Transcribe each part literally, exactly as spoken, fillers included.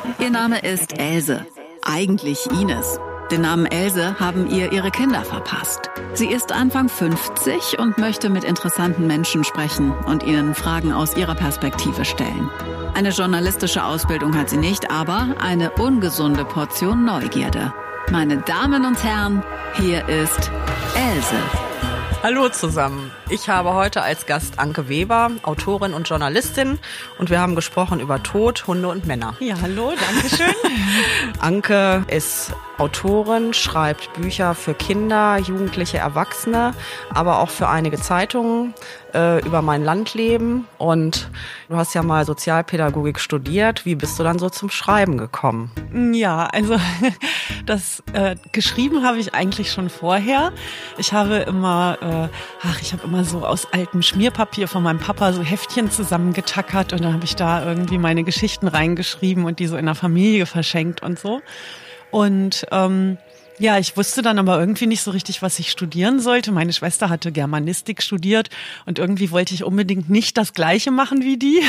Ihr Name ist Else, eigentlich Ines. Den Namen Else haben ihr ihre Kinder verpasst. Sie ist Anfang fünfzig und möchte mit interessanten Menschen sprechen und ihnen Fragen aus ihrer Perspektive stellen. Eine journalistische Ausbildung hat sie nicht, aber eine ungesunde Portion Neugierde. Meine Damen und Herren, hier ist Else. Hallo zusammen. Ich habe heute als Gast Anke Weber, Autorin und Journalistin, und wir haben gesprochen über Tod, Hunde und Männer. Ja, hallo, danke schön. Anke ist Autorin, schreibt Bücher für Kinder, Jugendliche, Erwachsene, aber auch für einige Zeitungen äh, über mein Landleben. Und du hast ja mal Sozialpädagogik studiert. Wie bist du dann so zum Schreiben gekommen? Ja, also das äh, geschrieben habe ich eigentlich schon vorher. Ich habe immer, äh, ach, ich habe immer so aus altem Schmierpapier von meinem Papa so Heftchen zusammengetackert und dann habe ich da irgendwie meine Geschichten reingeschrieben und die so in der Familie verschenkt und so. Und ähm, ja, ich wusste dann aber irgendwie nicht so richtig, was ich studieren sollte. Meine Schwester hatte Germanistik studiert und irgendwie wollte ich unbedingt nicht das Gleiche machen wie die.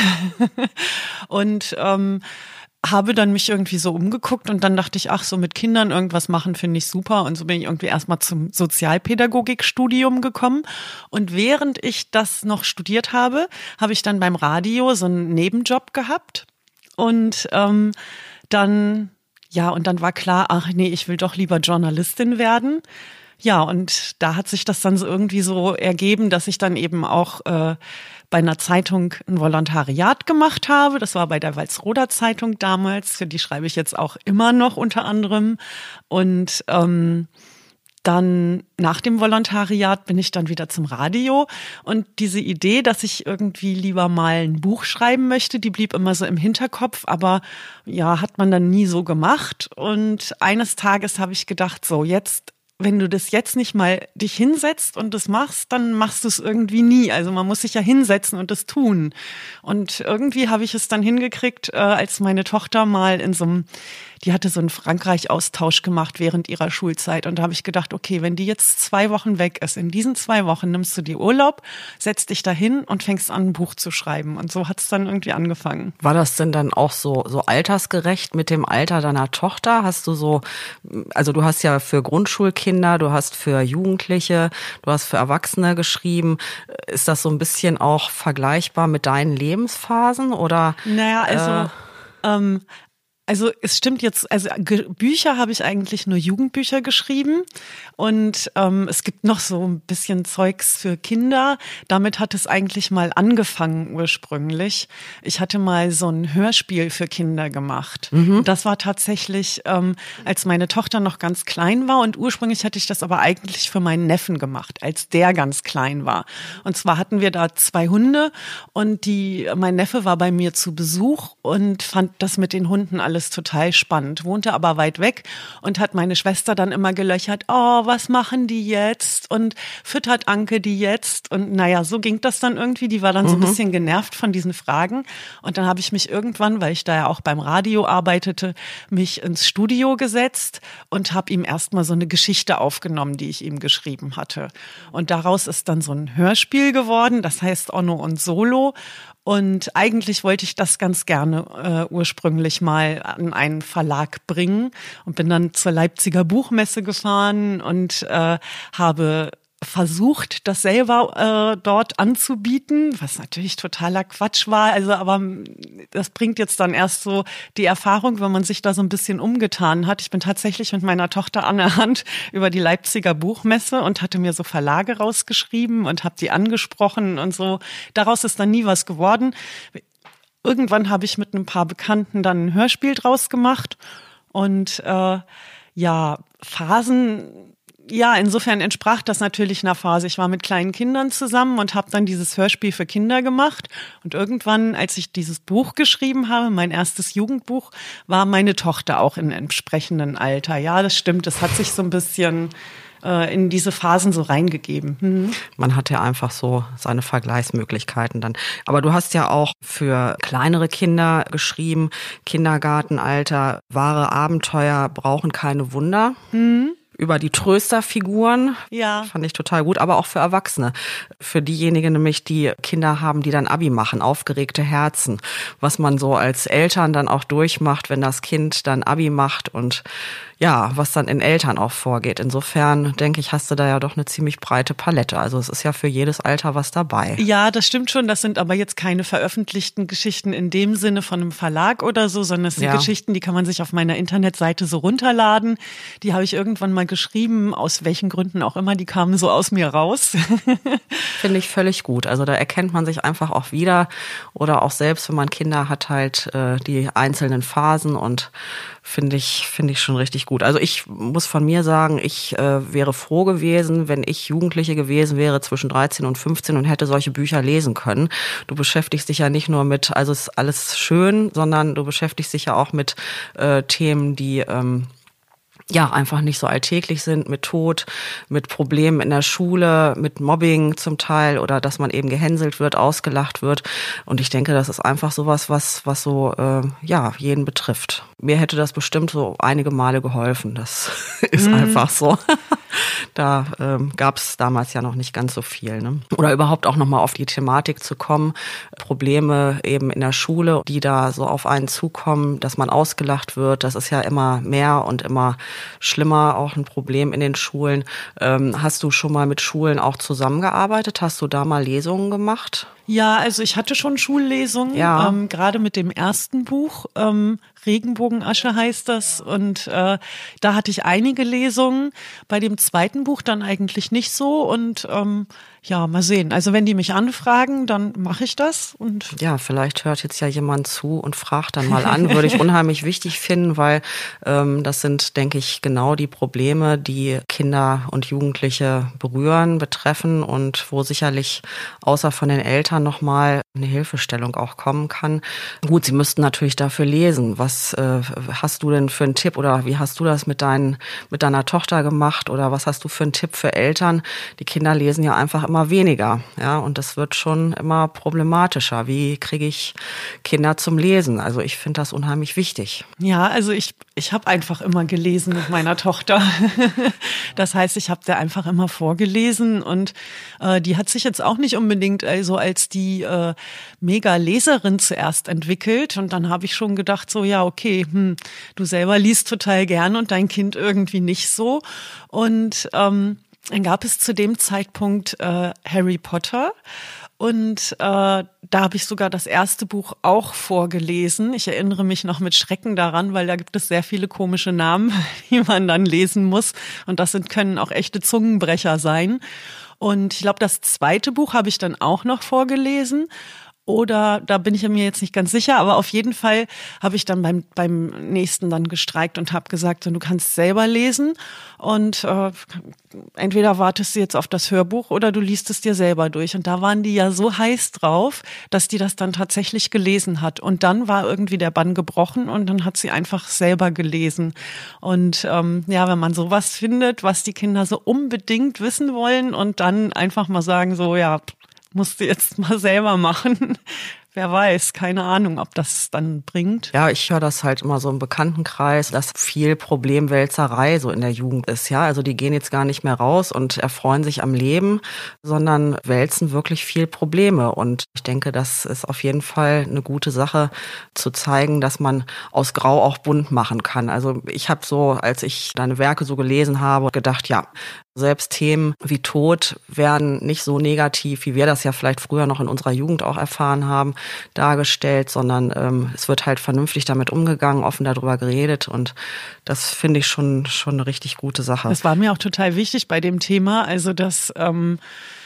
Und ähm, habe dann mich irgendwie so umgeguckt und dann dachte ich, ach, so mit Kindern irgendwas machen finde ich super. Und so bin ich irgendwie erstmal zum Sozialpädagogikstudium gekommen. Und während ich das noch studiert habe, habe ich dann beim Radio so einen Nebenjob gehabt. Und ähm, dann... Ja, und dann war klar, ach nee, ich will doch lieber Journalistin werden. Ja, und da hat sich das dann so irgendwie so ergeben, dass ich dann eben auch äh, bei einer Zeitung ein Volontariat gemacht habe. Das war bei der Walsroder Zeitung damals, für die schreibe ich jetzt auch immer noch unter anderem. Und ähm, dann nach dem Volontariat bin ich dann wieder zum Radio und diese Idee, dass ich irgendwie lieber mal ein Buch schreiben möchte, die blieb immer so im Hinterkopf, aber ja, hat man dann nie so gemacht. Und eines Tages habe ich gedacht, so jetzt, wenn du das jetzt nicht mal dich hinsetzt und das machst, dann machst du es irgendwie nie. Also man muss sich ja hinsetzen und das tun. Und irgendwie habe ich es dann hingekriegt, äh, als meine Tochter mal in so einem, die hatte so einen Frankreich-Austausch gemacht während ihrer Schulzeit. Und da habe ich gedacht, okay, wenn die jetzt zwei Wochen weg ist, in diesen zwei Wochen nimmst du dir Urlaub, setzt dich dahin und fängst an, ein Buch zu schreiben. Und so hat es dann irgendwie angefangen. War das denn dann auch so, so altersgerecht mit dem Alter deiner Tochter? Hast du so, also du hast ja für Grundschulkinder, du hast für Jugendliche, du hast für Erwachsene geschrieben. Ist das so ein bisschen auch vergleichbar mit deinen Lebensphasen oder? Naja, also, äh, ähm, Also es stimmt jetzt, also Ge- Bücher habe ich eigentlich nur Jugendbücher geschrieben und ähm, es gibt noch so ein bisschen Zeugs für Kinder. Damit hat es eigentlich mal angefangen ursprünglich. Ich hatte mal so ein Hörspiel für Kinder gemacht. Mhm. Das war tatsächlich, ähm, als meine Tochter noch ganz klein war und ursprünglich hatte ich das aber eigentlich für meinen Neffen gemacht, als der ganz klein war. Und zwar hatten wir da zwei Hunde und die, mein Neffe war bei mir zu Besuch und fand das mit den Hunden alles Alles total spannend, wohnte aber weit weg und hat meine Schwester dann immer gelöchert, oh, was machen die jetzt und füttert Anke die jetzt und naja, so ging das dann irgendwie, die war dann mhm. so ein bisschen genervt von diesen Fragen und dann habe ich mich irgendwann, weil ich da ja auch beim Radio arbeitete, mich ins Studio gesetzt und habe ihm erstmal so eine Geschichte aufgenommen, die ich ihm geschrieben hatte und daraus ist dann so ein Hörspiel geworden, das heißt Onno und Solo. Und eigentlich wollte ich das ganz gerne äh, ursprünglich mal an einen Verlag bringen und bin dann zur Leipziger Buchmesse gefahren und äh, habe versucht, das selber äh, dort anzubieten, was natürlich totaler Quatsch war. Also, aber das bringt jetzt dann erst so die Erfahrung, wenn man sich da so ein bisschen umgetan hat. Ich bin tatsächlich mit meiner Tochter an der Hand über die Leipziger Buchmesse und hatte mir so Verlage rausgeschrieben und habe die angesprochen und so. Daraus ist dann nie was geworden. Irgendwann habe ich mit ein paar Bekannten dann ein Hörspiel draus gemacht und äh, ja, Phasen. Ja, insofern entsprach das natürlich einer Phase. Ich war mit kleinen Kindern zusammen und habe dann dieses Hörspiel für Kinder gemacht. Und irgendwann, als ich dieses Buch geschrieben habe, mein erstes Jugendbuch, war meine Tochter auch in entsprechenden Alter. Ja, das stimmt. Es hat sich so ein bisschen äh, in diese Phasen so reingegeben. Hm. Man hat ja einfach so seine Vergleichsmöglichkeiten dann. Aber du hast ja auch für kleinere Kinder geschrieben, Kindergartenalter, wahre Abenteuer brauchen keine Wunder. Hm. über die Trösterfiguren. Ja. Fand ich total gut, aber auch für Erwachsene. Für diejenigen nämlich, die Kinder haben, die dann Abi machen, aufgeregte Herzen. Was man so als Eltern dann auch durchmacht, wenn das Kind dann Abi macht und ja, was dann in Eltern auch vorgeht. Insofern, denke ich, hast du da ja doch eine ziemlich breite Palette. Also es ist ja für jedes Alter was dabei. Ja, das stimmt schon. Das sind aber jetzt keine veröffentlichten Geschichten in dem Sinne von einem Verlag oder so, sondern es sind Ja. Geschichten, die kann man sich auf meiner Internetseite so runterladen. Die habe ich irgendwann mal geschrieben, aus welchen Gründen auch immer. Die kamen so aus mir raus. Finde ich völlig gut. Also da erkennt man sich einfach auch wieder oder auch selbst, wenn man Kinder hat, halt äh, die einzelnen Phasen und finde ich, finde ich schon richtig gut. Also ich muss von mir sagen, ich äh, wäre froh gewesen, wenn ich Jugendliche gewesen wäre zwischen dreizehn und fünfzehn und hätte solche Bücher lesen können. Du beschäftigst dich ja nicht nur mit, also es ist alles schön, sondern du beschäftigst dich ja auch mit äh, Themen, die ähm, ja, einfach nicht so alltäglich sind, mit Tod, mit Problemen in der Schule, mit Mobbing zum Teil oder dass man eben gehänselt wird, ausgelacht wird. Und ich denke, das ist einfach sowas, was was so äh, ja jeden betrifft. Mir hätte das bestimmt so einige Male geholfen. Das ist Mhm. einfach so. Da ähm, gab es damals ja noch nicht ganz so viel. Ne? Oder überhaupt auch nochmal auf die Thematik zu kommen. Probleme eben in der Schule, die da so auf einen zukommen, dass man ausgelacht wird. Das ist ja immer mehr und immer schlimmer, auch ein Problem in den Schulen. Ähm, hast du schon mal mit Schulen auch zusammengearbeitet? Hast du da mal Lesungen gemacht? Ja, also ich hatte schon Schullesungen, Ja. ähm, gerade mit dem ersten Buch, ähm, Regenbogenasche heißt das, und äh, da hatte ich einige Lesungen, bei dem zweiten Buch dann eigentlich nicht so und ähm, ja, mal sehen. Also wenn die mich anfragen, dann mache ich das. Und Ja, vielleicht hört jetzt ja jemand zu und fragt dann mal an, würde ich unheimlich wichtig finden, weil ähm, das sind, denke ich, genau die Probleme, die Kinder und Jugendliche berühren, betreffen und wo sicherlich außer von den Eltern nochmal eine Hilfestellung auch kommen kann. Gut, sie müssten natürlich dafür lesen. Was äh, hast du denn für einen Tipp oder wie hast du das mit, deinen, mit deiner Tochter gemacht oder was hast du für einen Tipp für Eltern? Die Kinder lesen ja einfach immer weniger, ja, und das wird schon immer problematischer. Wie kriege ich Kinder zum Lesen? Also ich finde das unheimlich wichtig. ja, also ich ich habe einfach immer gelesen mit meiner Tochter. Das heißt, ich habe der einfach immer vorgelesen und äh, die hat sich jetzt auch nicht unbedingt also als die äh, Mega-Leserin zuerst entwickelt und dann habe ich schon gedacht so, ja, okay, hm, du selber liest total gern und dein Kind irgendwie nicht so und ähm, dann gab es zu dem Zeitpunkt äh, Harry Potter und äh, da habe ich sogar das erste Buch auch vorgelesen. Ich erinnere mich noch mit Schrecken daran, weil da gibt es sehr viele komische Namen, die man dann lesen muss und das sind, können auch echte Zungenbrecher sein. Und ich glaube, das zweite Buch habe ich dann auch noch vorgelesen. Oder da bin ich mir jetzt nicht ganz sicher, aber auf jeden Fall habe ich dann beim beim nächsten dann gestreikt und habe gesagt, du kannst selber lesen und äh, entweder wartest du jetzt auf das Hörbuch oder du liest es dir selber durch. Und da waren die ja so heiß drauf, dass die das dann tatsächlich gelesen hat. Und dann war irgendwie der Bann gebrochen und dann hat sie einfach selber gelesen. Und ähm, ja, wenn man sowas findet, was die Kinder so unbedingt wissen wollen und dann einfach mal sagen so, ja, musst du jetzt mal selber machen. Wer weiß, keine Ahnung, ob das dann bringt. Ja, ich höre das halt immer so im Bekanntenkreis, dass viel Problemwälzerei so in der Jugend ist. Ja, also die gehen jetzt gar nicht mehr raus und erfreuen sich am Leben, sondern wälzen wirklich viel Probleme. Und ich denke, das ist auf jeden Fall eine gute Sache, zu zeigen, dass man aus Grau auch bunt machen kann. Also ich habe so, als ich deine Werke so gelesen habe, gedacht, ja, selbst Themen wie Tod werden nicht so negativ, wie wir das ja vielleicht früher noch in unserer Jugend auch erfahren haben, dargestellt, sondern ähm, es wird halt vernünftig damit umgegangen, offen darüber geredet und das finde ich schon schon eine richtig gute Sache. Das war mir auch total wichtig bei dem Thema, also dass ähm,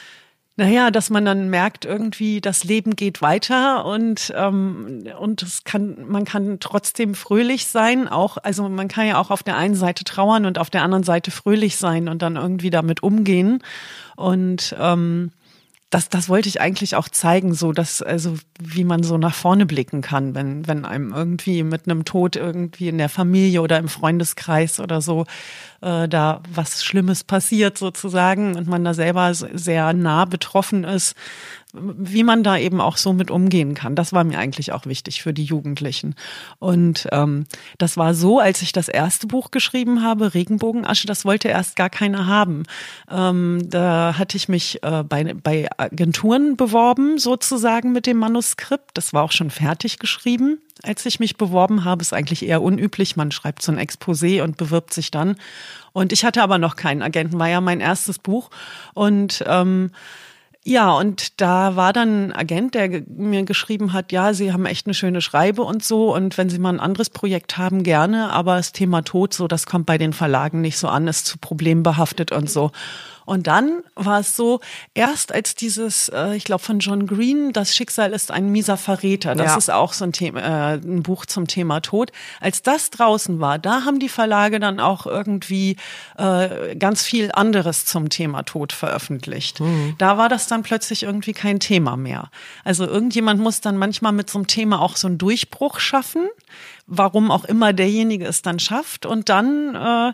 naja, dass man dann merkt irgendwie, das Leben geht weiter und ähm, und es kann, man kann trotzdem fröhlich sein, auch, also man kann ja auch auf der einen Seite trauern und auf der anderen Seite fröhlich sein und dann irgendwie damit umgehen und ähm, Das, das wollte ich eigentlich auch zeigen, so dass, also wie man so nach vorne blicken kann, wenn, wenn einem irgendwie mit einem Tod irgendwie in der Familie oder im Freundeskreis oder so äh, da was Schlimmes passiert sozusagen und man da selber sehr nah betroffen ist, wie man da eben auch so mit umgehen kann. Das war mir eigentlich auch wichtig für die Jugendlichen. Und ähm, das war so, als ich das erste Buch geschrieben habe, Regenbogenasche, das wollte erst gar keiner haben. Ähm, da hatte ich mich äh, bei, bei Agenturen beworben, sozusagen mit dem Manuskript. Das war auch schon fertig geschrieben. Als ich mich beworben habe, ist eigentlich eher unüblich. Man schreibt so ein Exposé und bewirbt sich dann. Und ich hatte aber noch keinen Agenten, war ja mein erstes Buch. Und ähm, ja, und da war dann ein Agent, der ge- mir geschrieben hat, ja, Sie haben echt eine schöne Schreibe und so. Und wenn Sie mal ein anderes Projekt haben, gerne. Aber das Thema Tod, so, das kommt bei den Verlagen nicht so an, ist zu problembehaftet und so. Und dann war es so, erst als dieses, äh, ich glaube von John Green, Das Schicksal ist ein mieser Verräter, das ja. ist auch so ein Thema, äh, ein Buch zum Thema Tod. Als das draußen war, da haben die Verlage dann auch irgendwie äh, ganz viel anderes zum Thema Tod veröffentlicht. Mhm. Da war das dann plötzlich irgendwie kein Thema mehr. Also irgendjemand muss dann manchmal mit so einem Thema auch so einen Durchbruch schaffen, warum auch immer derjenige es dann schafft. Und dann äh,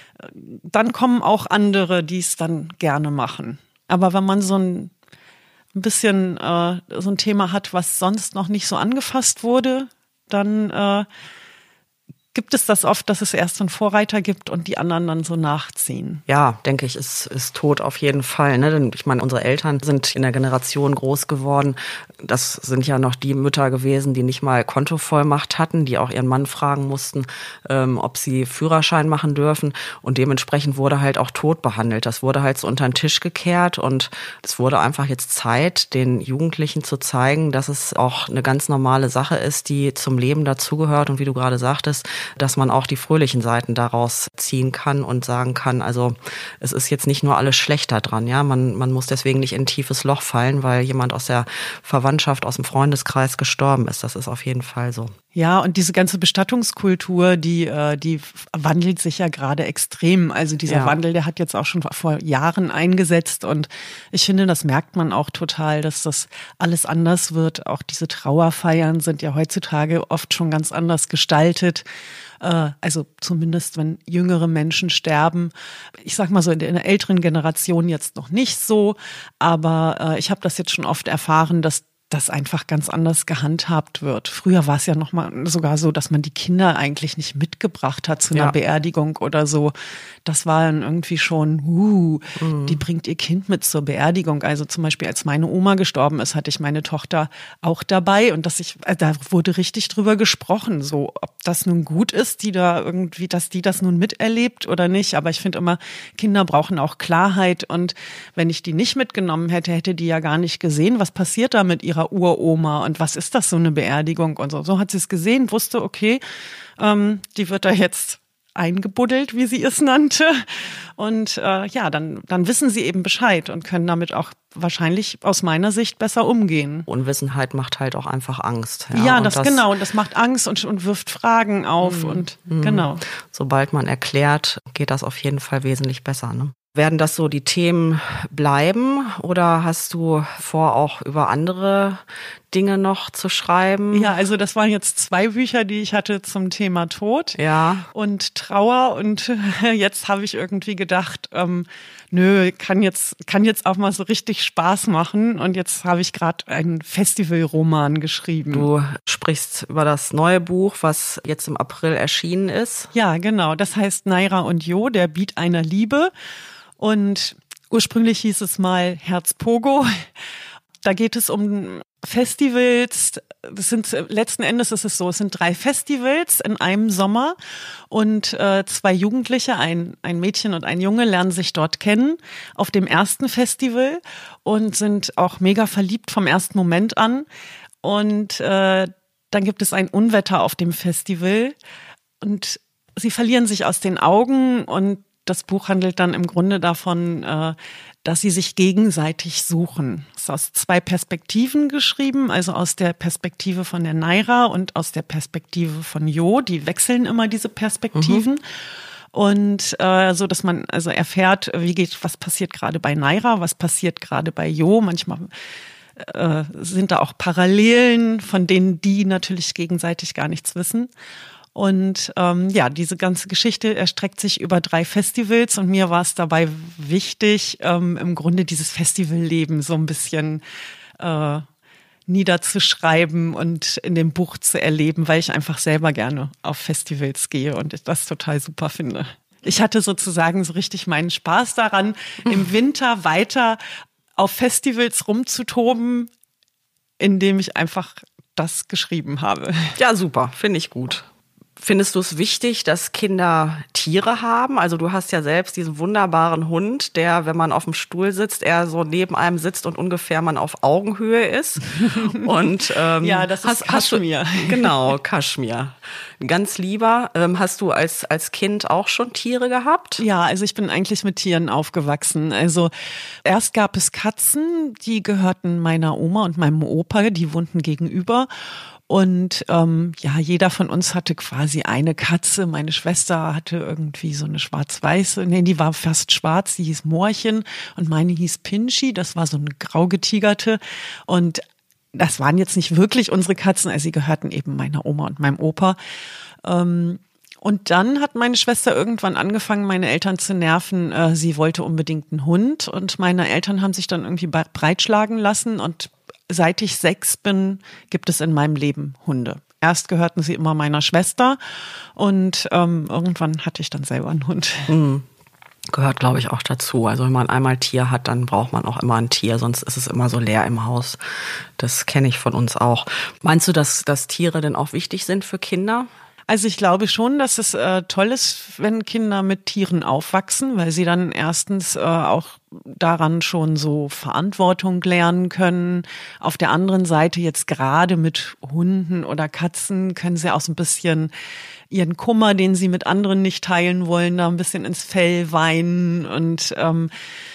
dann kommen auch andere, die es dann gerne machen. Aber wenn man so ein, ein bisschen äh, so ein Thema hat, was sonst noch nicht so angefasst wurde, dann äh, gibt es das oft, dass es erst einen Vorreiter gibt und die anderen dann so nachziehen. Ja, denke ich, ist, ist tot auf jeden Fall. Ne? Denn ich meine, unsere Eltern sind in der Generation groß geworden. Das sind ja noch die Mütter gewesen, die nicht mal Kontovollmacht hatten, die auch ihren Mann fragen mussten, ähm, ob sie Führerschein machen dürfen. Und dementsprechend wurde halt auch tot behandelt. Das wurde halt so unter den Tisch gekehrt. Und es wurde einfach jetzt Zeit, den Jugendlichen zu zeigen, dass es auch eine ganz normale Sache ist, die zum Leben dazugehört. Und wie du gerade sagtest, dass man auch die fröhlichen Seiten daraus ziehen kann und sagen kann, also es ist jetzt nicht nur alles schlecht da dran, ja, man, man muss deswegen nicht in ein tiefes Loch fallen, weil jemand aus der Verwandtschaft, aus dem Freundeskreis gestorben ist. Das ist auf jeden Fall so. Ja, und diese ganze Bestattungskultur, die, die wandelt sich ja gerade extrem. Also dieser ja. Wandel, der hat jetzt auch schon vor Jahren eingesetzt und ich finde, das merkt man auch total, dass das alles anders wird. Auch diese Trauerfeiern sind ja heutzutage oft schon ganz anders gestaltet. Also zumindest, wenn jüngere Menschen sterben. Ich sag mal so, in der älteren Generation jetzt noch nicht so, aber ich habe das jetzt schon oft erfahren, dass das einfach ganz anders gehandhabt wird. Früher war es ja noch mal sogar so, dass man die Kinder eigentlich nicht mitgebracht hat zu einer ja. Beerdigung oder so. Das war dann irgendwie schon, uh, mhm. die bringt ihr Kind mit zur Beerdigung. Also zum Beispiel, als meine Oma gestorben ist, hatte ich meine Tochter auch dabei und dass ich, da wurde richtig drüber gesprochen, so ob das nun gut ist, die da irgendwie, dass die das nun miterlebt oder nicht. Aber ich finde immer, Kinder brauchen auch Klarheit und wenn ich die nicht mitgenommen hätte, hätte die ja gar nicht gesehen, was passiert da mit ihrer Uroma und was ist das, so eine Beerdigung und so. So hat sie es gesehen, wusste, okay, ähm, die wird da jetzt eingebuddelt, wie sie es nannte. Und äh, ja, dann, dann wissen sie eben Bescheid und können damit auch wahrscheinlich aus meiner Sicht besser umgehen. Unwissenheit macht halt auch einfach Angst. Ja, ja das, das genau, und das macht Angst und, und wirft Fragen auf. Mm, und mm. genau. Sobald man erklärt, geht das auf jeden Fall wesentlich besser, ne? Werden das so die Themen bleiben oder hast du vor, auch über andere Dinge noch zu schreiben? Ja, also das waren jetzt zwei Bücher, die ich hatte zum Thema Tod ja. und Trauer und jetzt habe ich irgendwie gedacht, ähm, nö, kann jetzt kann jetzt auch mal so richtig Spaß machen und jetzt habe ich gerade einen Festivalroman geschrieben. Du sprichst über das neue Buch, was jetzt im April erschienen ist. Ja, genau. Das heißt Naira und Jo, der Beat einer Liebe. Und ursprünglich hieß es mal Herz Pogo. Da geht es um Festivals. Das sind letzten Endes ist es so, es sind drei Festivals in einem Sommer und äh, zwei Jugendliche, ein ein Mädchen und ein Junge, lernen sich dort kennen auf dem ersten Festival und sind auch mega verliebt vom ersten Moment an. Und äh, dann gibt es ein Unwetter auf dem Festival und sie verlieren sich aus den Augen und das Buch handelt dann im Grunde davon, dass sie sich gegenseitig suchen. Es ist aus zwei Perspektiven geschrieben, also aus der Perspektive von der Naira und aus der Perspektive von Jo. Die wechseln immer diese Perspektiven. Mhm. Und äh, so, dass man also erfährt, wie geht, was passiert gerade bei Naira, was passiert gerade bei Jo. Manchmal äh, sind da auch Parallelen, von denen die natürlich gegenseitig gar nichts wissen. Und ähm, ja, diese ganze Geschichte erstreckt sich über drei Festivals und mir war es dabei wichtig, ähm, im Grunde dieses Festivalleben so ein bisschen äh, niederzuschreiben und in dem Buch zu erleben, weil ich einfach selber gerne auf Festivals gehe und das total super finde. Ich hatte sozusagen so richtig meinen Spaß daran, im Winter weiter auf Festivals rumzutoben, indem ich einfach das geschrieben habe. Ja, super, finde ich gut. Findest du es wichtig, dass Kinder Tiere haben? Also du hast ja selbst diesen wunderbaren Hund, der, wenn man auf dem Stuhl sitzt, er so neben einem sitzt und ungefähr man auf Augenhöhe ist. Und ähm, ja, das ist hast, Kaschmir. Hast du, genau, Kaschmir. Ganz lieber. Ähm, hast du als als Kind auch schon Tiere gehabt? Ja, also ich bin eigentlich mit Tieren aufgewachsen. Also erst gab es Katzen, die gehörten meiner Oma und meinem Opa, die wohnten gegenüber. Und ähm, ja, jeder von uns hatte quasi eine Katze. Meine Schwester hatte irgendwie so eine schwarz-weiße, nee, die war fast schwarz, die hieß Moorchen und meine hieß Pinschi, das war so eine grau getigerte. Und das waren jetzt nicht wirklich unsere Katzen, also sie gehörten eben meiner Oma und meinem Opa. Ähm, Und dann hat meine Schwester irgendwann angefangen, meine Eltern zu nerven. Äh, sie wollte unbedingt einen Hund und meine Eltern haben sich dann irgendwie breitschlagen lassen und seit ich sechs bin, gibt es in meinem Leben Hunde. Erst gehörten sie immer meiner Schwester und ähm, irgendwann hatte ich dann selber einen Hund. Mhm. Gehört, glaube ich, auch dazu. Also wenn man einmal Tier hat, dann braucht man auch immer ein Tier, sonst ist es immer so leer im Haus. Das kenne ich von uns auch. Meinst du, dass, dass Tiere denn auch wichtig sind für Kinder? Also ich glaube schon, dass es äh, toll ist, wenn Kinder mit Tieren aufwachsen, weil sie dann erstens äh, auch daran schon so Verantwortung lernen können. Auf der anderen Seite jetzt gerade mit Hunden oder Katzen können sie auch so ein bisschen ihren Kummer, den sie mit anderen nicht teilen wollen, da ein bisschen ins Fell weinen und ähm,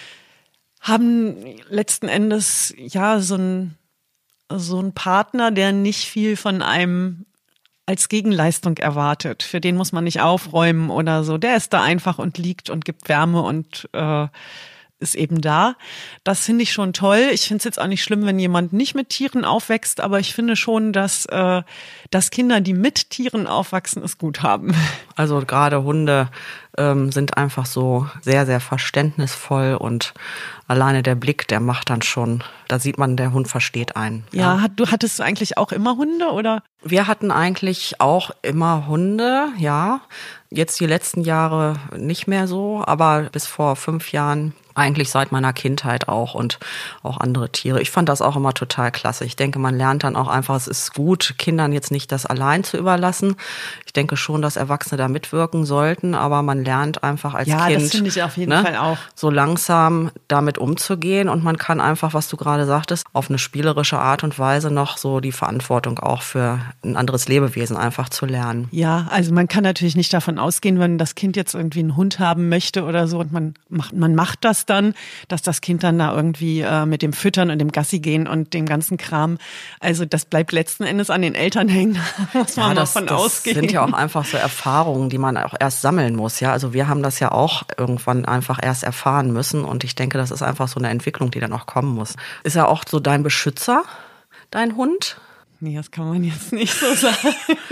haben letzten Endes ja so ein so ein Partner, der nicht viel von einem als Gegenleistung erwartet. Für den muss man nicht aufräumen oder so. Der ist da einfach und liegt und gibt Wärme und äh, ist eben da. Das finde ich schon toll. Ich finde es jetzt auch nicht schlimm, wenn jemand nicht mit Tieren aufwächst, aber ich finde schon, dass, äh, dass Kinder, die mit Tieren aufwachsen, es gut haben. Also gerade Hunde ähm, sind einfach so sehr, sehr verständnisvoll und alleine der Blick, der macht dann schon, da sieht man, der Hund versteht einen. Ja, ja. Hat, du hattest du eigentlich auch immer Hunde, oder? Wir hatten eigentlich auch immer Hunde, ja. Jetzt die letzten Jahre nicht mehr so, aber bis vor fünf Jahren eigentlich seit meiner Kindheit auch und auch andere Tiere. Ich fand das auch immer total klasse. Ich denke, man lernt dann auch einfach, es ist gut, Kindern jetzt nicht das allein zu überlassen. Ich denke schon, dass Erwachsene da mitwirken sollten, aber man lernt einfach als ja, Kind, das finde ich auf jeden ne, Fall auch, so langsam damit umzugehen und man kann einfach, was du gerade sagtest, auf eine spielerische Art und Weise noch so die Verantwortung auch für ein anderes Lebewesen einfach zu lernen. Ja, also man kann natürlich nicht davon ausgehen, wenn das Kind jetzt irgendwie einen Hund haben möchte oder so und man macht, man macht das dann, dass das Kind dann da irgendwie äh, mit dem Füttern und dem Gassi gehen und dem ganzen Kram, also das bleibt letzten Endes an den Eltern hängen, muss man ja, mal das, von das ausgehen. Das sind ja auch einfach so Erfahrungen, die man auch erst sammeln muss. Ja, also wir haben das ja auch irgendwann einfach erst erfahren müssen und ich denke, das ist einfach so eine Entwicklung, die dann auch kommen muss. Ist er auch so dein Beschützer, dein Hund? Nee, das kann man jetzt nicht so sagen.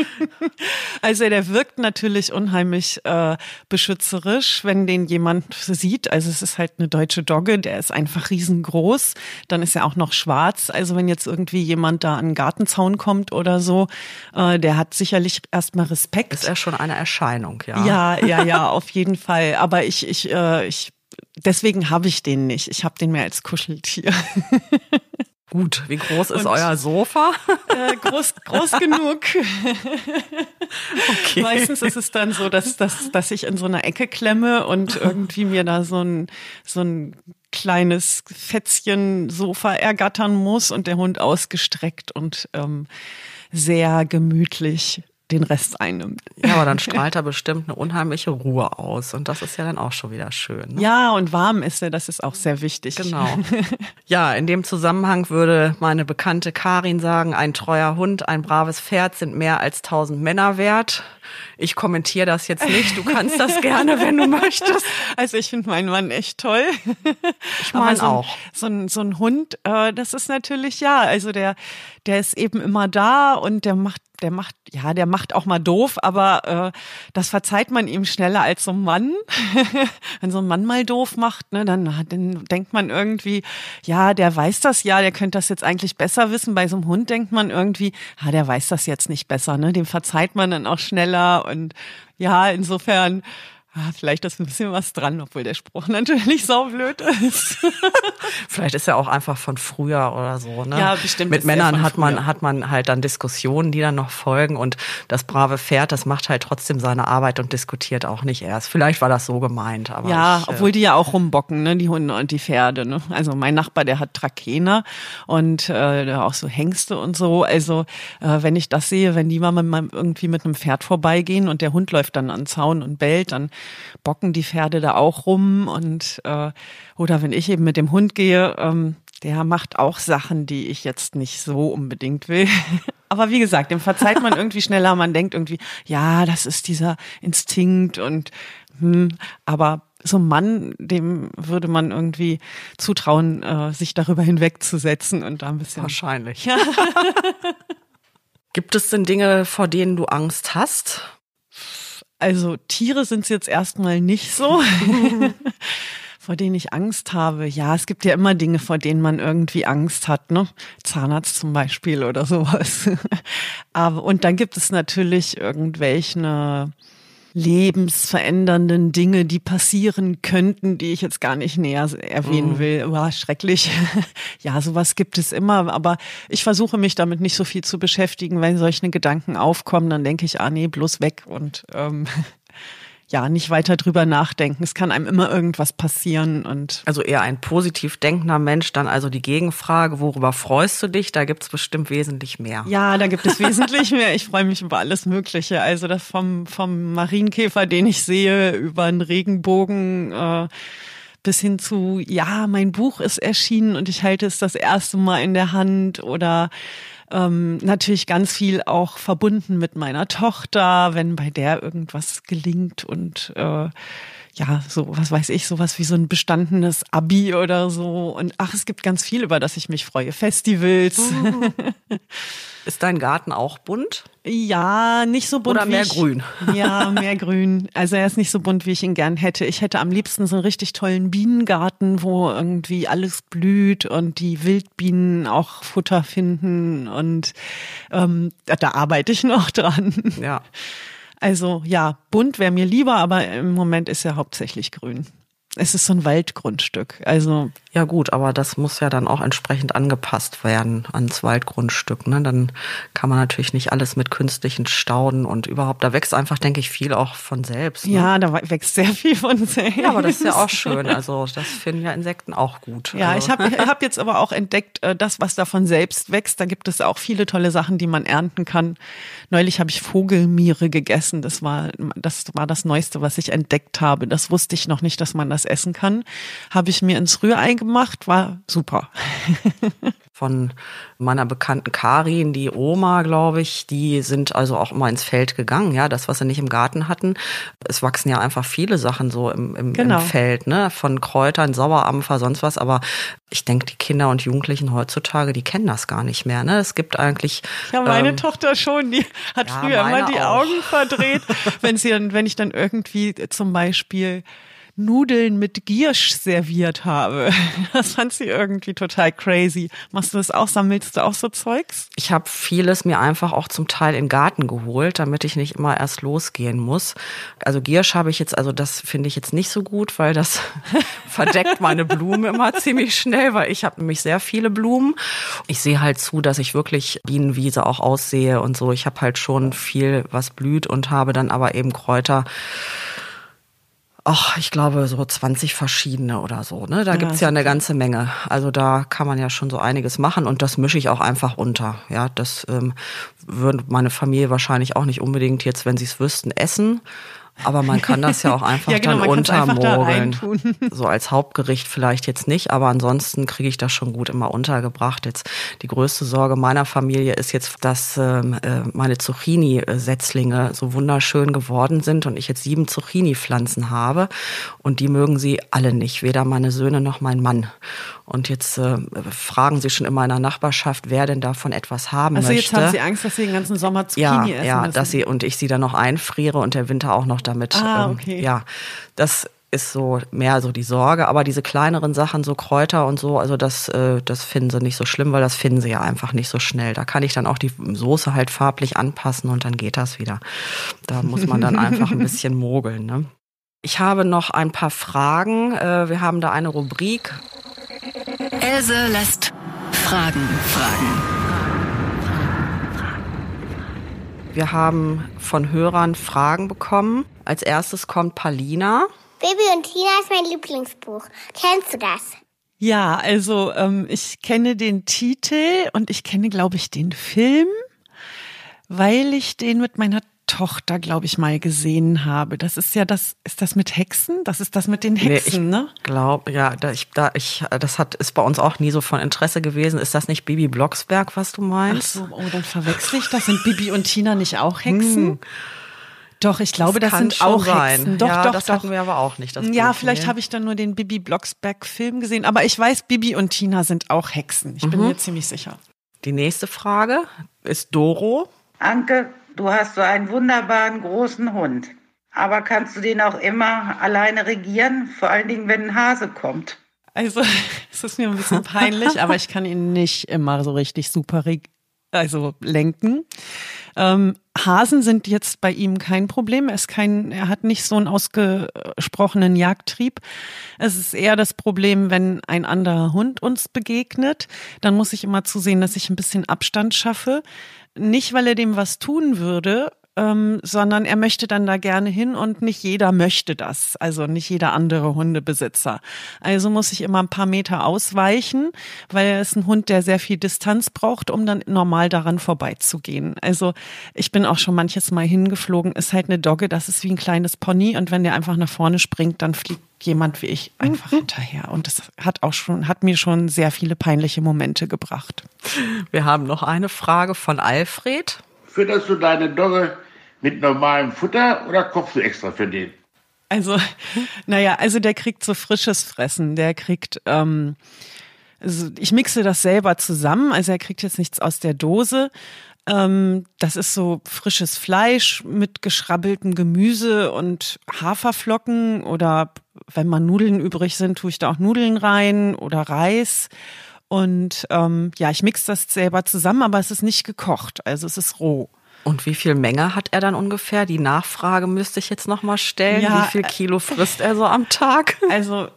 Also der wirkt natürlich unheimlich äh, beschützerisch, wenn den jemand sieht. Also es ist halt eine deutsche Dogge, der ist einfach riesengroß. Dann ist er auch noch schwarz. Also wenn jetzt irgendwie jemand da an den Gartenzaun kommt oder so, äh, der hat sicherlich erstmal Respekt. Ist er schon eine Erscheinung, ja? Ja, ja, ja, auf jeden Fall. Aber ich, ich, äh, ich, deswegen habe ich den nicht. Ich habe den mehr als Kuscheltier. Gut, wie groß ist Und, euer Sofa? Äh, groß, groß genug. Okay. Meistens ist es dann so, dass, dass, dass ich in so einer Ecke klemme und irgendwie mir da so ein, so ein kleines Fätzchen Sofa ergattern muss und der Hund ausgestreckt und ähm, sehr gemütlich den Rest einnimmt. Ja, aber dann strahlt er bestimmt eine unheimliche Ruhe aus und das ist ja dann auch schon wieder schön. Ne? Ja, und warm ist er, das ist auch sehr wichtig. Genau. Ja, in dem Zusammenhang würde meine bekannte Karin sagen, ein treuer Hund, ein braves Pferd sind mehr als tausend Männer wert. Ich kommentiere das jetzt nicht, du kannst das gerne, wenn du möchtest. Also ich finde meinen Mann echt toll. Ich meine so auch. So ein, so ein Hund, äh, das ist natürlich, ja, also der, der ist eben immer da und der macht der macht, ja, der macht auch mal doof, aber äh, das verzeiht man ihm schneller als so ein Mann. Wenn so ein Mann mal doof macht, ne, dann, dann denkt man irgendwie, ja, der weiß das ja, der könnte das jetzt eigentlich besser wissen. Bei so einem Hund denkt man irgendwie, ah, der weiß das jetzt nicht besser, ne, dem verzeiht man dann auch schneller und ja, insofern, ah, vielleicht ist ein bisschen was dran, obwohl der Spruch natürlich saublöd ist. Vielleicht ist er auch einfach von früher oder so. Ne? Ja, bestimmt. Mit Männern hat man hat man halt dann Diskussionen, die dann noch folgen. Und das brave Pferd, das macht halt trotzdem seine Arbeit und diskutiert auch nicht erst. Vielleicht war das so gemeint. Aber ja, ich, obwohl die ja auch rumbocken, ne, die Hunde und die Pferde. Ne? Also mein Nachbar, der hat Trakehner und äh, auch so Hengste und so. Also äh, wenn ich das sehe, wenn die mal, mal irgendwie mit einem Pferd vorbeigehen und der Hund läuft dann an den Zaun und bellt, dann bocken die Pferde da auch rum und äh, oder wenn ich eben mit dem Hund gehe, ähm, der macht auch Sachen, die ich jetzt nicht so unbedingt will. Aber wie gesagt, dem verzeiht man irgendwie schneller. Man denkt irgendwie, ja, das ist dieser Instinkt und hm, aber so ein Mann, dem würde man irgendwie zutrauen, äh, sich darüber hinwegzusetzen und da ein bisschen. Wahrscheinlich. Ja. Gibt es denn Dinge, vor denen du Angst hast? Also Tiere sind es jetzt erstmal nicht so, vor denen ich Angst habe. Ja, es gibt ja immer Dinge, vor denen man irgendwie Angst hat, ne? Zahnarzt zum Beispiel oder sowas. Aber und dann gibt es natürlich irgendwelche lebensverändernden Dinge, die passieren könnten, die ich jetzt gar nicht näher erwähnen mhm. will. War schrecklich. Ja, sowas gibt es immer, aber ich versuche mich damit nicht so viel zu beschäftigen. Wenn solche Gedanken aufkommen, dann denke ich, ah nee, bloß weg und ähm, ja, nicht weiter drüber nachdenken. Es kann einem immer irgendwas passieren und also eher ein positiv denkender Mensch. Dann also die Gegenfrage, worüber freust du dich? Da gibt's bestimmt wesentlich mehr. Ja, da gibt es wesentlich mehr. Ich freue mich über alles Mögliche. Also das vom vom Marienkäfer, den ich sehe, über einen Regenbogen äh, bis hin zu, ja, mein Buch ist erschienen und ich halte es das erste Mal in der Hand oder Ähm, natürlich ganz viel auch verbunden mit meiner Tochter, wenn bei der irgendwas gelingt und äh, ja, so, was weiß ich, sowas wie so ein bestandenes Abi oder so. Und ach, es gibt ganz viel, über das ich mich freue. Festivals. Mhm. Ist dein Garten auch bunt? Ja, nicht so bunt Oder wie mehr ich, grün? Ja, mehr grün. Also er ist nicht so bunt, wie ich ihn gern hätte. Ich hätte am liebsten so einen richtig tollen Bienengarten, wo irgendwie alles blüht und die Wildbienen auch Futter finden. Und ähm, da, da arbeite ich noch dran. Ja. Also ja, bunt wäre mir lieber, aber im Moment ist er hauptsächlich grün. Es ist so ein Waldgrundstück. Also ja gut, aber das muss ja dann auch entsprechend angepasst werden ans Waldgrundstück. Ne? Dann kann man natürlich nicht alles mit künstlichen Stauden und überhaupt, da wächst einfach, denke ich, viel auch von selbst. Ne? Ja, da wächst sehr viel von selbst. Ja, aber das ist ja auch schön. Also das finden ja Insekten auch gut. Ja, also. ich habe hab jetzt aber auch entdeckt, das, was da von selbst wächst, da gibt es auch viele tolle Sachen, die man ernten kann. Neulich habe ich Vogelmiere gegessen. Das war, das war das Neueste, was ich entdeckt habe. Das wusste ich noch nicht, dass man das essen kann. Habe ich mir ins Rührei gemacht, war super. Von meiner bekannten Karin, die Oma, glaube ich, die sind also auch immer ins Feld gegangen, ja, das, was sie nicht im Garten hatten. Es wachsen ja einfach viele Sachen so im, im, genau. im Feld, ne, von Kräutern, Sauerampfer, sonst was, aber ich denke, die Kinder und Jugendlichen heutzutage, die kennen das gar nicht mehr, ne, es gibt eigentlich... Ja, meine ähm, Tochter schon, die hat ja, früher immer die auch. Augen verdreht, wenn sie dann, wenn ich dann irgendwie zum Beispiel Nudeln mit Giersch serviert habe. Das fand sie irgendwie total crazy. Machst du das auch? Sammelst du auch so Zeugs? Ich habe vieles mir einfach auch zum Teil in den Garten geholt, damit ich nicht immer erst losgehen muss. Also Giersch habe ich jetzt, also das finde ich jetzt nicht so gut, weil das verdeckt meine Blumen immer ziemlich schnell, weil ich habe nämlich sehr viele Blumen. Ich sehe halt zu, dass ich wirklich Bienenwiese auch aussehe und so. Ich habe halt schon viel, was blüht und habe dann aber eben Kräuter. Ach, ich glaube so zwanzig verschiedene oder so, ne? Da ja, gibt's ja eine ganze Menge. Also da kann man ja schon so einiges machen und das mische ich auch einfach unter. Ja, das ähm, würde meine Familie wahrscheinlich auch nicht unbedingt jetzt, wenn sie es wüssten, essen. Aber man kann das ja auch einfach ja, genau, dann man kann's einfach da untermogeln. reintun. So als Hauptgericht vielleicht jetzt nicht, aber ansonsten kriege ich das schon gut immer untergebracht. Jetzt die größte Sorge meiner Familie ist jetzt, dass äh, meine Zucchini-Setzlinge so wunderschön geworden sind und ich jetzt sieben Zucchini-Pflanzen habe und die mögen sie alle nicht, weder meine Söhne noch mein Mann. Und jetzt äh, fragen sie schon immer in der Nachbarschaft, wer denn davon etwas haben also möchte. Also jetzt haben sie Angst, dass sie den ganzen Sommer Zucchini ja, essen ja, müssen. dass sie und ich sie dann noch einfriere und der Winter auch noch damit. Ah, ähm, okay. Ja, das ist so mehr so die Sorge. Aber diese kleineren Sachen, so Kräuter und so, also das, äh, das finden sie nicht so schlimm, weil das finden sie ja einfach nicht so schnell. Da kann ich dann auch die Soße halt farblich anpassen und dann geht das wieder. Da muss man dann einfach ein bisschen mogeln, ne? Ich habe noch ein paar Fragen. Äh, wir haben da eine Rubrik. Else lässt Fragen fragen. Wir haben von Hörern Fragen bekommen. Als erstes kommt Palina. Bibi und Tina ist mein Lieblingsbuch. Kennst du das? Ja, also ähm, ich kenne den Titel und ich kenne, glaube ich, den Film, weil ich den mit meiner Tochter, glaube ich, mal gesehen habe. Das ist ja das, ist das mit Hexen? Das ist das mit den Hexen, nee, ne? Ich glaube, ja, da ich, da ich, das hat, ist bei uns auch nie so von Interesse gewesen. Ist das nicht Bibi Blocksberg, was du meinst? Ach so, oh, dann verwechsel ich das. Sind Bibi und Tina nicht auch Hexen? Hm. Doch, ich glaube, das, das sind auch sein. Hexen. Doch, ja, doch, das doch. hatten wir aber auch nicht. Das ja, Buch, vielleicht nee. habe ich dann nur den Bibi Blocksberg-Film gesehen. Aber ich weiß, Bibi und Tina sind auch Hexen. Ich bin mhm. mir ziemlich sicher. Die nächste Frage ist Doro. Anke, du hast so einen wunderbaren großen Hund. Aber kannst du den auch immer alleine regieren? Vor allen Dingen, wenn ein Hase kommt. Also, es ist mir ein bisschen peinlich, aber ich kann ihn nicht immer so richtig super reg- also lenken. Ähm, Hasen sind jetzt bei ihm kein Problem. Er ist kein, er hat nicht so einen ausgesprochenen Jagdtrieb. Es ist eher das Problem, wenn ein anderer Hund uns begegnet. Dann muss ich immer zusehen, dass ich ein bisschen Abstand schaffe. Nicht, weil er dem was tun würde, ähm, sondern er möchte dann da gerne hin und nicht jeder möchte das. Also nicht jeder andere Hundebesitzer. Also muss ich immer ein paar Meter ausweichen, weil er ist ein Hund, der sehr viel Distanz braucht, um dann normal daran vorbeizugehen. Also ich bin auch schon manches Mal hingeflogen, ist halt eine Dogge, das ist wie ein kleines Pony und wenn der einfach nach vorne springt, dann fliegt jemand wie ich einfach mhm. hinterher. Und das hat auch schon, hat mir schon sehr viele peinliche Momente gebracht. Wir haben noch eine Frage von Alfred. Fütterst du deine Dogge mit normalem Futter oder kochst du extra für den? Also, naja, also der kriegt so frisches Fressen. Der kriegt, ähm, also ich mixe das selber zusammen. Also er kriegt jetzt nichts aus der Dose. Ähm, das ist so frisches Fleisch mit geschrabbeltem Gemüse und Haferflocken oder wenn mal Nudeln übrig sind, tue ich da auch Nudeln rein oder Reis. Und ähm, ja, ich mixe das selber zusammen, aber es ist nicht gekocht, also es ist roh. Und wie viel Menge hat er dann ungefähr? Die Nachfrage müsste ich jetzt nochmal stellen. Ja, wie viel Kilo frisst er so am Tag? Also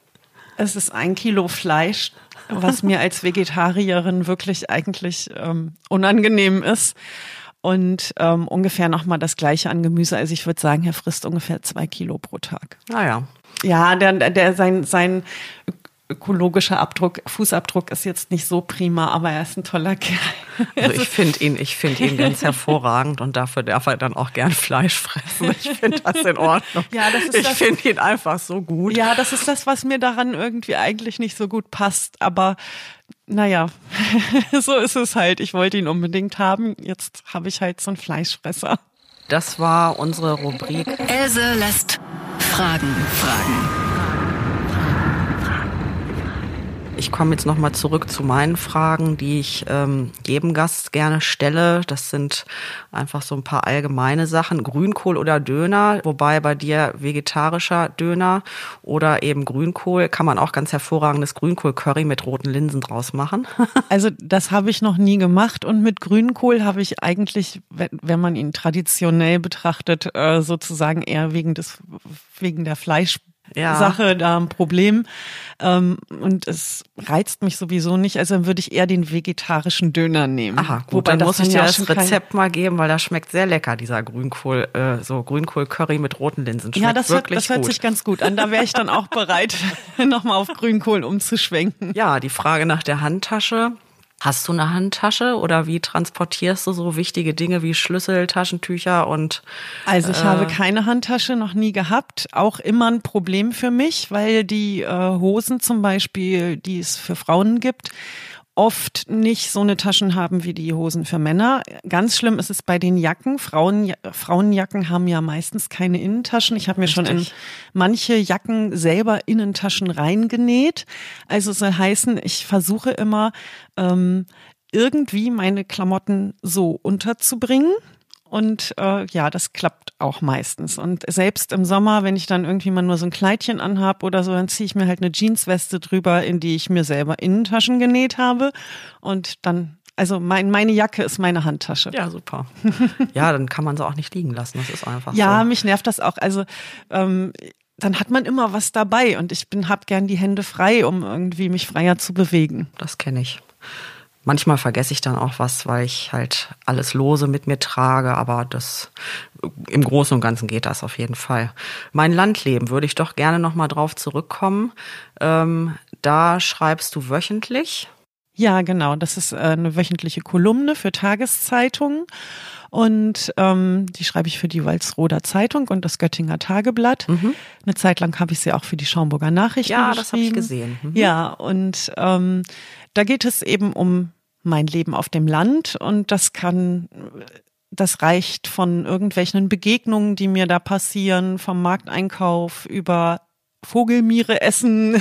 es ist ein Kilo Fleisch, was mir als Vegetarierin wirklich eigentlich ähm, unangenehm ist. Und ähm, ungefähr nochmal das Gleiche an Gemüse. Also ich würde sagen, er frisst ungefähr zwei Kilo pro Tag. Naja. Ja, der, der sein, sein ökologischer Abdruck, Fußabdruck ist jetzt nicht so prima, aber er ist ein toller Kerl. Also ich finde ihn, ich finde ihn ganz hervorragend und dafür darf er dann auch gern Fleisch fressen. Ich finde das in Ordnung. Ja, das ist ich das, finde ihn einfach so gut. Ja, das ist das, was mir daran irgendwie eigentlich nicht so gut passt. Aber naja, so ist es halt. Ich wollte ihn unbedingt haben. Jetzt habe ich halt so einen Fleischfresser. Das war unsere Rubrik. Else lässt Fragen fragen. Ich komme jetzt nochmal zurück zu meinen Fragen, die ich ähm, jedem Gast gerne stelle. Das sind einfach so ein paar allgemeine Sachen. Grünkohl oder Döner, wobei bei dir vegetarischer Döner oder eben Grünkohl, kann man auch ganz hervorragendes Grünkohl-Curry mit roten Linsen draus machen. Also das habe ich noch nie gemacht und mit Grünkohl habe ich eigentlich, wenn man ihn traditionell betrachtet, sozusagen eher wegen des wegen der Fleisch Ja. Sache da ein Problem. Ähm, und es reizt mich sowieso nicht. Also dann würde ich eher den vegetarischen Döner nehmen. Aha, gut, Wobei dann das muss ich dann dir ja das schon kein- Rezept mal geben, weil das schmeckt sehr lecker, dieser Grünkohl, äh, so Grünkohl-Curry mit roten Linsen. Schmeckt Ja, das hört, wirklich das hört gut. sich ganz gut an. Da wäre ich dann auch bereit, nochmal auf Grünkohl umzuschwenken. Ja, die Frage nach der Handtasche. Hast du eine Handtasche oder wie transportierst du so wichtige Dinge wie Schlüssel, Taschentücher und Also ich äh, habe keine Handtasche noch nie gehabt, auch immer ein Problem für mich, weil die äh, Hosen zum Beispiel, die es für Frauen gibt, oft nicht so eine Taschen haben wie die Hosen für Männer. Ganz schlimm ist es bei den Jacken. Frauen, Frauenjacken haben ja meistens keine Innentaschen. Ich habe mir schon in manche Jacken selber Innentaschen reingenäht. Also soll heißen, ich versuche immer ähm, irgendwie meine Klamotten so unterzubringen. Und äh, ja, das klappt auch meistens. Und selbst im Sommer, wenn ich dann irgendwie mal nur so ein Kleidchen anhab oder so, dann ziehe ich mir halt eine Jeansweste drüber, in die ich mir selber Innentaschen genäht habe. Und dann, also mein, meine Jacke ist meine Handtasche. Ja, super. Ja, dann kann man sie auch nicht liegen lassen. Das ist einfach Ja, so. mich nervt das auch. Also ähm, dann hat man immer was dabei und ich bin hab gern die Hände frei, um irgendwie mich freier zu bewegen. Das kenne ich. Manchmal vergesse ich dann auch was, weil ich halt alles lose mit mir trage, aber das im Großen und Ganzen geht das auf jeden Fall. Mein Landleben würde ich doch gerne nochmal drauf zurückkommen. Ähm, da schreibst du wöchentlich. Ja, genau. Das ist eine wöchentliche Kolumne für Tageszeitungen. Und ähm, die schreibe ich für die Walsroder Zeitung und das Göttinger Tageblatt. Mhm. Eine Zeit lang habe ich sie auch für die Schaumburger Nachrichten ja, geschrieben. Ja, das habe ich gesehen. Mhm. Ja, und ähm, da geht es eben um mein Leben auf dem Land. Und das kann, das reicht von irgendwelchen Begegnungen, die mir da passieren, vom Markteinkauf über Vogelmiere essen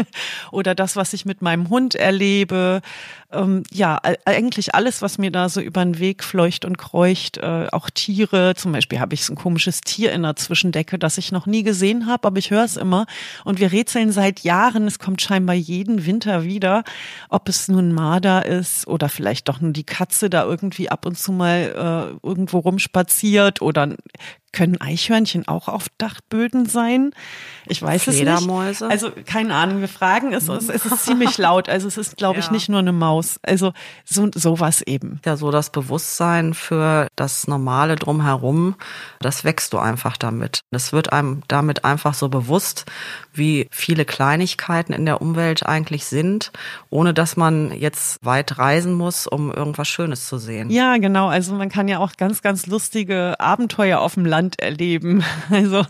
oder das, was ich mit meinem Hund erlebe. Ähm, ja, eigentlich alles, was mir da so über den Weg fleucht und kreucht. Äh, auch Tiere. Zum Beispiel habe ich so ein komisches Tier in der Zwischendecke, das ich noch nie gesehen habe, aber ich höre es immer. Und wir rätseln seit Jahren. Es kommt scheinbar jeden Winter wieder, ob es nun Marder ist oder vielleicht doch nur die Katze da irgendwie ab und zu mal äh, irgendwo rumspaziert oder können Eichhörnchen auch auf Dachböden sein? Ich weiß es nicht. Fledermäuse? Also keine Ahnung, wir fragen es. Es ist ziemlich laut. Also es ist, glaube ich, ja. nicht nur eine Maus. Also so sowas eben. Ja, so das Bewusstsein für das Normale drumherum, das wächst du einfach damit. Es wird einem damit einfach so bewusst, wie viele Kleinigkeiten in der Umwelt eigentlich sind, ohne dass man jetzt weit reisen muss, um irgendwas Schönes zu sehen. Ja, genau. Also man kann ja auch ganz, ganz lustige Abenteuer auf dem Land erleben. Also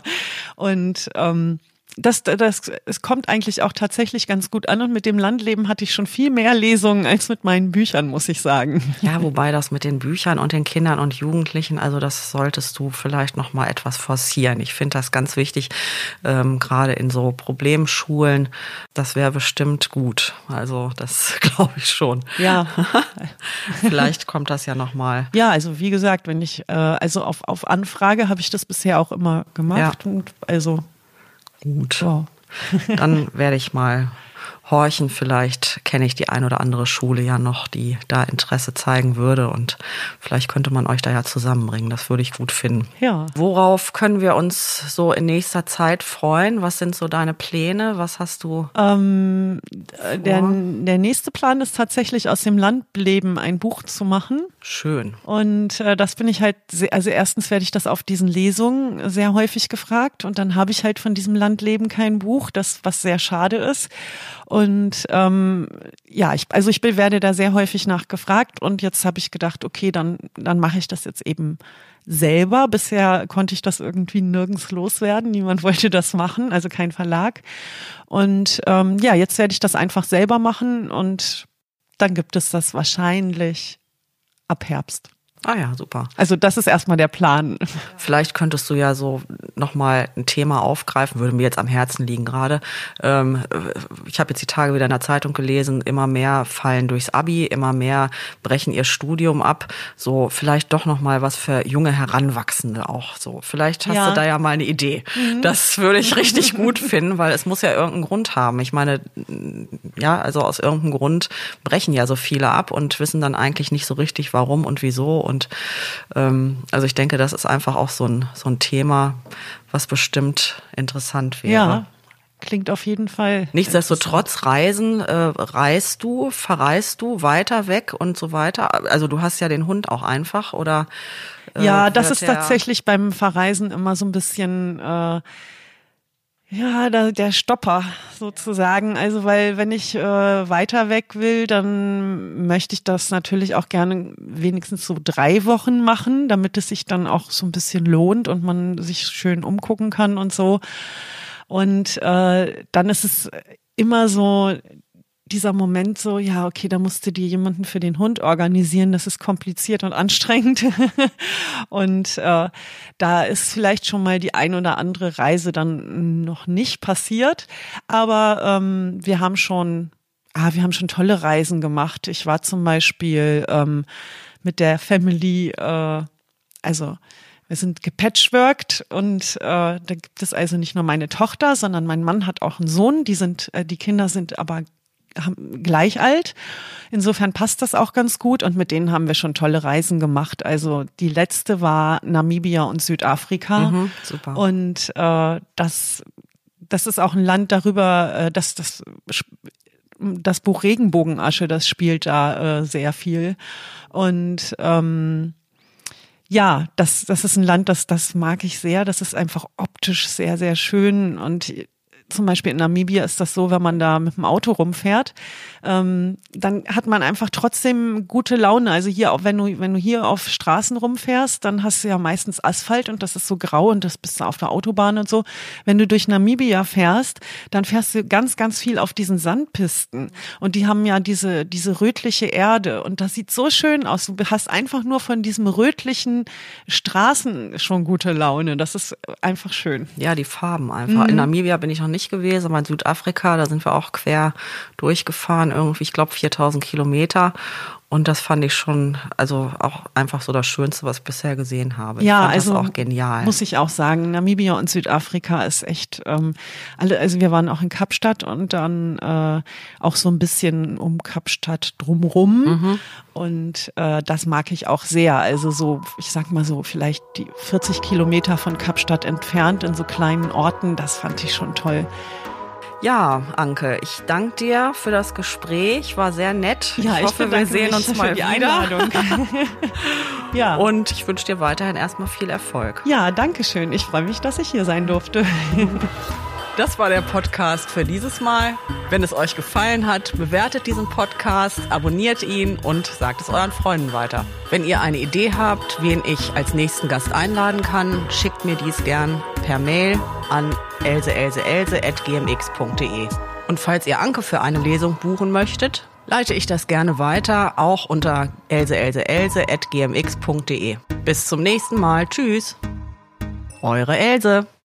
und ähm, Das, das, es kommt eigentlich auch tatsächlich ganz gut an und mit dem Landleben hatte ich schon viel mehr Lesungen als mit meinen Büchern, muss ich sagen. Ja, wobei das mit den Büchern und den Kindern und Jugendlichen, also das solltest du vielleicht noch mal etwas forcieren. Ich finde das ganz wichtig, ähm, gerade in so Problemschulen, das wäre bestimmt gut. Also das glaube ich schon. Ja. Vielleicht kommt das ja noch mal. Ja, also wie gesagt, wenn ich, äh, also auf, auf Anfrage habe ich das bisher auch immer gemacht ja. und also Gut, wow. Dann werde ich mal horchen. Vielleicht kenne ich die ein oder andere Schule ja noch, die da Interesse zeigen würde und vielleicht könnte man euch da ja zusammenbringen. Das würde ich gut finden. Ja. Worauf können wir uns so in nächster Zeit freuen? Was sind so deine Pläne? Was hast du? Ähm, der, der nächste Plan ist tatsächlich aus dem Landleben ein Buch zu machen. Schön. Und äh, das bin ich halt, sehr, also erstens werde ich das auf diesen Lesungen sehr häufig gefragt und dann habe ich halt von diesem Landleben kein Buch, das was sehr schade ist. Und ähm, ja, ich, also ich werde da sehr häufig nachgefragt und jetzt habe ich gedacht, okay, dann dann mache ich das jetzt eben selber. Bisher konnte ich das irgendwie nirgends loswerden, niemand wollte das machen, also kein Verlag. Und ähm, ja, jetzt werde ich das einfach selber machen und dann gibt es das wahrscheinlich ab Herbst. Ah ja, super. Also das ist erstmal der Plan. Vielleicht könntest du ja so nochmal ein Thema aufgreifen, würde mir jetzt am Herzen liegen gerade. Ähm, ich habe jetzt die Tage wieder in der Zeitung gelesen, immer mehr fallen durchs Abi, immer mehr brechen ihr Studium ab. So vielleicht doch nochmal was für junge Heranwachsende auch so. Vielleicht hast ja. du da ja mal eine Idee. Mhm. Das würde ich richtig gut finden, weil es muss ja irgendeinen Grund haben. Ich meine, ja, also aus irgendeinem Grund brechen ja so viele ab und wissen dann eigentlich nicht so richtig, warum und wieso. Und ähm, also ich denke, das ist einfach auch so ein so ein Thema, was bestimmt interessant wäre. Ja, klingt auf jeden Fall. Nichtsdestotrotz reisen, äh, reist du, verreist du weiter weg und so weiter. Also du hast ja den Hund auch einfach, oder? Äh, ja, das ist tatsächlich beim Verreisen immer so ein bisschen. Äh, Ja, da, der Stopper sozusagen. Also weil wenn ich äh, weiter weg will, dann möchte ich das natürlich auch gerne wenigstens so drei Wochen machen, damit es sich dann auch so ein bisschen lohnt und man sich schön umgucken kann und so. Und äh, dann ist es immer so dieser Moment so, ja, okay, da musst du dir jemanden für den Hund organisieren, das ist kompliziert und anstrengend. Und äh, da ist vielleicht schon mal die ein oder andere Reise dann noch nicht passiert. Aber ähm, wir haben schon, ah, wir haben schon tolle Reisen gemacht. Ich war zum Beispiel ähm, mit der Family, äh, also wir sind gepatchworked und äh, da gibt es also nicht nur meine Tochter, sondern mein Mann hat auch einen Sohn. Die sind, äh, die Kinder sind aber haben gleich alt. Insofern passt das auch ganz gut und mit denen haben wir schon tolle Reisen gemacht. Also die letzte war Namibia und Südafrika. Mhm, super. Und äh, das, das ist auch ein Land darüber, äh, dass das das Buch Regenbogenasche, das spielt da äh, sehr viel. Und ähm, ja, das, das ist ein Land, das, das mag ich sehr. Das ist einfach optisch sehr, sehr schön und zum Beispiel in Namibia ist das so, wenn man da mit dem Auto rumfährt, ähm, dann hat man einfach trotzdem gute Laune. Also hier, auch wenn du, wenn du hier auf Straßen rumfährst, dann hast du ja meistens Asphalt und das ist so grau und das bist du auf der Autobahn und so. Wenn du durch Namibia fährst, dann fährst du ganz, ganz viel auf diesen Sandpisten und die haben ja diese, diese rötliche Erde und das sieht so schön aus. Du hast einfach nur von diesem rötlichen Straßen schon gute Laune. Das ist einfach schön. Ja, die Farben einfach. Mhm. In Namibia bin ich noch nicht gewesen, aber in Südafrika, da sind wir auch quer durchgefahren, irgendwie, ich glaube, viertausend Kilometer. Und das fand ich schon, also auch einfach so das Schönste, was ich bisher gesehen habe. Ja, ich fand also das auch genial. Muss ich auch sagen, Namibia und Südafrika ist echt, ähm, alle, also wir waren auch in Kapstadt und dann äh, auch so ein bisschen um Kapstadt drumrum. Mhm. Und äh, das mag ich auch sehr. Also so, ich sag mal so, vielleicht die vierzig Kilometer von Kapstadt entfernt in so kleinen Orten, das fand ich schon toll. Ja, Anke, ich danke dir für das Gespräch, war sehr nett. Ja, ich, ich hoffe, wir sehen uns mal die wieder. Ja. Und ich wünsche dir weiterhin erstmal viel Erfolg. Ja, danke schön. Ich freue mich, dass ich hier sein durfte. Das war der Podcast für dieses Mal. Wenn es euch gefallen hat, bewertet diesen Podcast, abonniert ihn und sagt es euren Freunden weiter. Wenn ihr eine Idee habt, wen ich als nächsten Gast einladen kann, schickt mir dies gern per Mail an else else else at g m x punkt d e. Und falls ihr Anke für eine Lesung buchen möchtet, leite ich das gerne weiter, auch unter else else else at g m x punkt d e. Bis zum nächsten Mal. Tschüss. Eure Else.